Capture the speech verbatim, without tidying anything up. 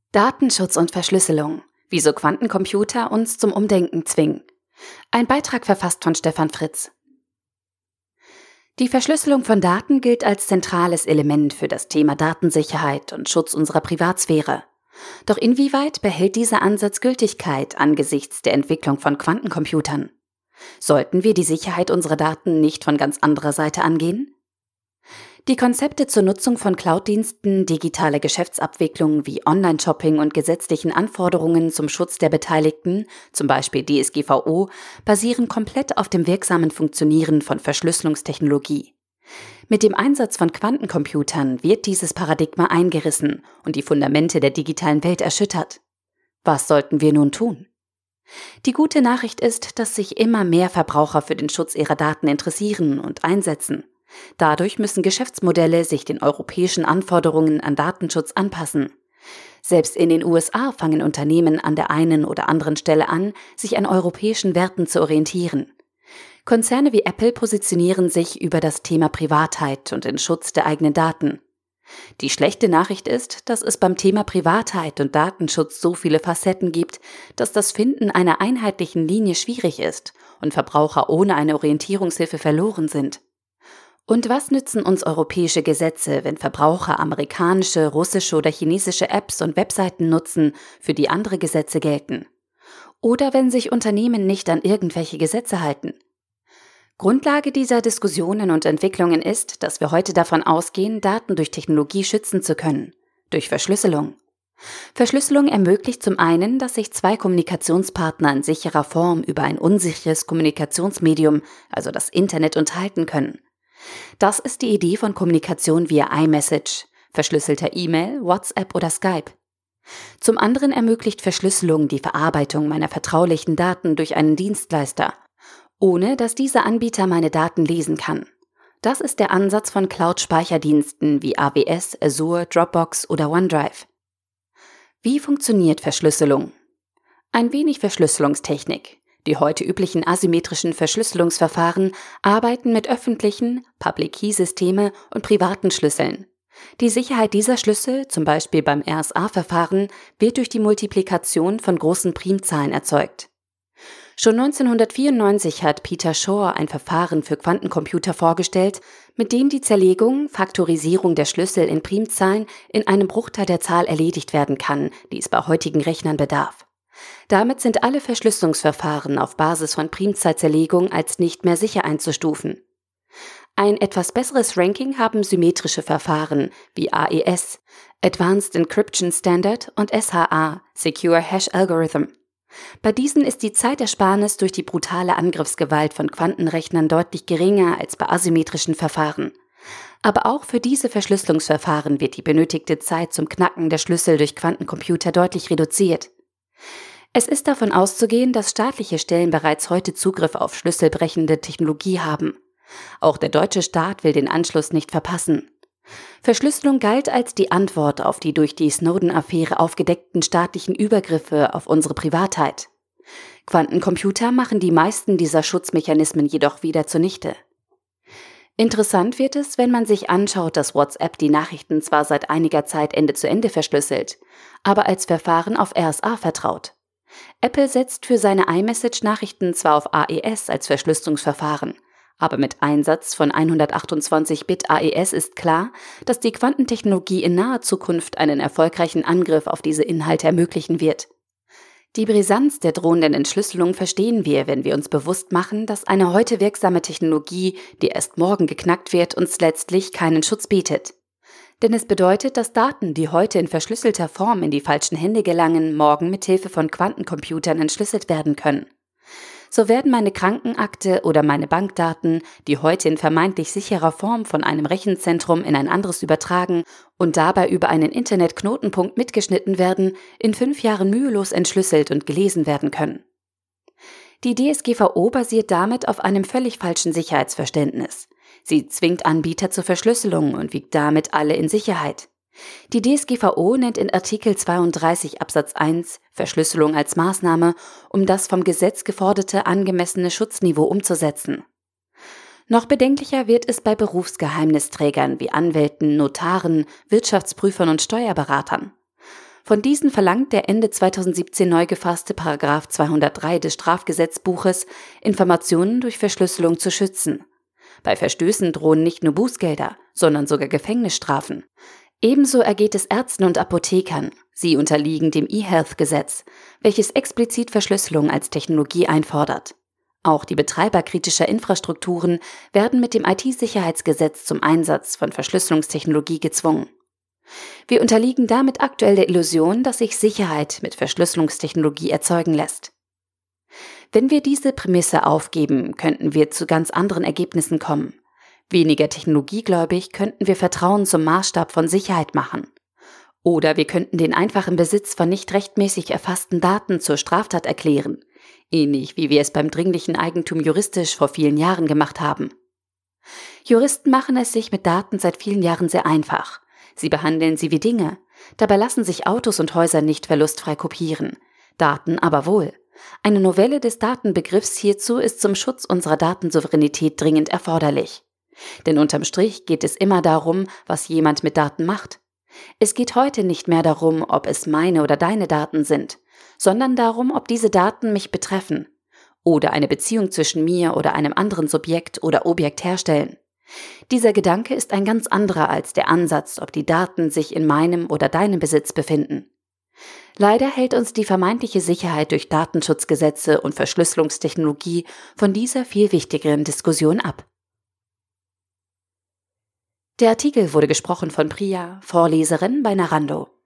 Datenschutz und Verschlüsselung. Wieso Quantencomputer uns zum Umdenken zwingen. Ein Beitrag verfasst von Stefan Fritz. Die Verschlüsselung von Daten gilt als zentrales Element für das Thema Datensicherheit und Schutz unserer Privatsphäre. Doch inwieweit behält dieser Ansatz Gültigkeit angesichts der Entwicklung von Quantencomputern? Sollten wir die Sicherheit unserer Daten nicht von ganz anderer Seite angehen? Die Konzepte zur Nutzung von Cloud-Diensten, digitale Geschäftsabwicklung wie Online-Shopping und gesetzlichen Anforderungen zum Schutz der Beteiligten, zum Beispiel D S G V O, basieren komplett auf dem wirksamen Funktionieren von Verschlüsselungstechnologie. Mit dem Einsatz von Quantencomputern wird dieses Paradigma eingerissen und die Fundamente der digitalen Welt erschüttert. Was sollten wir nun tun? Die gute Nachricht ist, dass sich immer mehr Verbraucher für den Schutz ihrer Daten interessieren und einsetzen. Dadurch müssen Geschäftsmodelle sich den europäischen Anforderungen an Datenschutz anpassen. Selbst in den U S A fangen Unternehmen an der einen oder anderen Stelle an, sich an europäischen Werten zu orientieren. Konzerne wie Apple positionieren sich über das Thema Privatheit und den Schutz der eigenen Daten. Die schlechte Nachricht ist, dass es beim Thema Privatheit und Datenschutz so viele Facetten gibt, dass das Finden einer einheitlichen Linie schwierig ist und Verbraucher ohne eine Orientierungshilfe verloren sind. Und was nützen uns europäische Gesetze, wenn Verbraucher amerikanische, russische oder chinesische Apps und Webseiten nutzen, für die andere Gesetze gelten? Oder wenn sich Unternehmen nicht an irgendwelche Gesetze halten? Grundlage dieser Diskussionen und Entwicklungen ist, dass wir heute davon ausgehen, Daten durch Technologie schützen zu können, durch Verschlüsselung. Verschlüsselung ermöglicht zum einen, dass sich zwei Kommunikationspartner in sicherer Form über ein unsicheres Kommunikationsmedium, also das Internet, unterhalten können. Das ist die Idee von Kommunikation via iMessage, verschlüsselter E-Mail, WhatsApp oder Skype. Zum anderen ermöglicht Verschlüsselung die Verarbeitung meiner vertraulichen Daten durch einen Dienstleister, ohne dass dieser Anbieter meine Daten lesen kann. Das ist der Ansatz von Cloud-Speicherdiensten wie A W S, Azure, Dropbox oder OneDrive. Wie funktioniert Verschlüsselung? Ein wenig Verschlüsselungstechnik. Die heute üblichen asymmetrischen Verschlüsselungsverfahren arbeiten mit öffentlichen, Public-Key-Systeme und privaten Schlüsseln. Die Sicherheit dieser Schlüssel, zum Beispiel beim R S A-Verfahren, wird durch die Multiplikation von großen Primzahlen erzeugt. Schon neunzehnhundertvierundneunzig hat Peter Shor ein Verfahren für Quantencomputer vorgestellt, mit dem die Zerlegung, Faktorisierung der Schlüssel in Primzahlen in einem Bruchteil der Zahl erledigt werden kann, die es bei heutigen Rechnern bedarf. Damit sind alle Verschlüsselungsverfahren auf Basis von Primzahlzerlegung als nicht mehr sicher einzustufen. Ein etwas besseres Ranking haben symmetrische Verfahren wie A E S, Advanced Encryption Standard, und S H A, Secure Hash Algorithm. Bei diesen ist die Zeitersparnis durch die brutale Angriffsgewalt von Quantenrechnern deutlich geringer als bei asymmetrischen Verfahren. Aber auch für diese Verschlüsselungsverfahren wird die benötigte Zeit zum Knacken der Schlüssel durch Quantencomputer deutlich reduziert. Es ist davon auszugehen, dass staatliche Stellen bereits heute Zugriff auf schlüsselbrechende Technologie haben. Auch der deutsche Staat will den Anschluss nicht verpassen. Verschlüsselung galt als die Antwort auf die durch die Snowden-Affäre aufgedeckten staatlichen Übergriffe auf unsere Privatheit. Quantencomputer machen die meisten dieser Schutzmechanismen jedoch wieder zunichte. Interessant wird es, wenn man sich anschaut, dass WhatsApp die Nachrichten zwar seit einiger Zeit Ende zu Ende verschlüsselt, aber als Verfahren auf R S A vertraut. Apple setzt für seine iMessage-Nachrichten zwar auf A E S als Verschlüsselungsverfahren, aber mit Einsatz von hundertachtundzwanzig Bit A E S ist klar, dass die Quantentechnologie in naher Zukunft einen erfolgreichen Angriff auf diese Inhalte ermöglichen wird. Die Brisanz der drohenden Entschlüsselung verstehen wir, wenn wir uns bewusst machen, dass eine heute wirksame Technologie, die erst morgen geknackt wird, uns letztlich keinen Schutz bietet. Denn es bedeutet, dass Daten, die heute in verschlüsselter Form in die falschen Hände gelangen, morgen mit Hilfe von Quantencomputern entschlüsselt werden können. So werden meine Krankenakte oder meine Bankdaten, die heute in vermeintlich sicherer Form von einem Rechenzentrum in ein anderes übertragen und dabei über einen Internetknotenpunkt mitgeschnitten werden, in fünf Jahren mühelos entschlüsselt und gelesen werden können. Die D S G V O basiert damit auf einem völlig falschen Sicherheitsverständnis. Sie zwingt Anbieter zur Verschlüsselung und wiegt damit alle in Sicherheit. Die D S G V O nennt in Artikel zweiunddreißig Absatz eins Verschlüsselung als Maßnahme, um das vom Gesetz geforderte angemessene Schutzniveau umzusetzen. Noch bedenklicher wird es bei Berufsgeheimnisträgern wie Anwälten, Notaren, Wirtschaftsprüfern und Steuerberatern. Von diesen verlangt der Ende zweitausendsiebzehn neu gefasste Paragraph zweihundertdrei des Strafgesetzbuches, Informationen durch Verschlüsselung zu schützen. Bei Verstößen drohen nicht nur Bußgelder, sondern sogar Gefängnisstrafen. Ebenso ergeht es Ärzten und Apothekern. Sie unterliegen dem E-Health-Gesetz, welches explizit Verschlüsselung als Technologie einfordert. Auch die Betreiber kritischer Infrastrukturen werden mit dem I T-Sicherheitsgesetz zum Einsatz von Verschlüsselungstechnologie gezwungen. Wir unterliegen damit aktuell der Illusion, dass sich Sicherheit mit Verschlüsselungstechnologie erzeugen lässt. Wenn wir diese Prämisse aufgeben, könnten wir zu ganz anderen Ergebnissen kommen. Weniger technologiegläubig könnten wir Vertrauen zum Maßstab von Sicherheit machen. Oder wir könnten den einfachen Besitz von nicht rechtmäßig erfassten Daten zur Straftat erklären, ähnlich wie wir es beim dringlichen Eigentum juristisch vor vielen Jahren gemacht haben. Juristen machen es sich mit Daten seit vielen Jahren sehr einfach. Sie behandeln sie wie Dinge. Dabei lassen sich Autos und Häuser nicht verlustfrei kopieren. Daten aber wohl. Eine Novelle des Datenbegriffs hierzu ist zum Schutz unserer Datensouveränität dringend erforderlich. Denn unterm Strich geht es immer darum, was jemand mit Daten macht. Es geht heute nicht mehr darum, ob es meine oder deine Daten sind, sondern darum, ob diese Daten mich betreffen oder eine Beziehung zwischen mir oder einem anderen Subjekt oder Objekt herstellen. Dieser Gedanke ist ein ganz anderer als der Ansatz, ob die Daten sich in meinem oder deinem Besitz befinden. Leider hält uns die vermeintliche Sicherheit durch Datenschutzgesetze und Verschlüsselungstechnologie von dieser viel wichtigeren Diskussion ab. Der Artikel wurde gesprochen von Priya, Vorleserin bei Narando.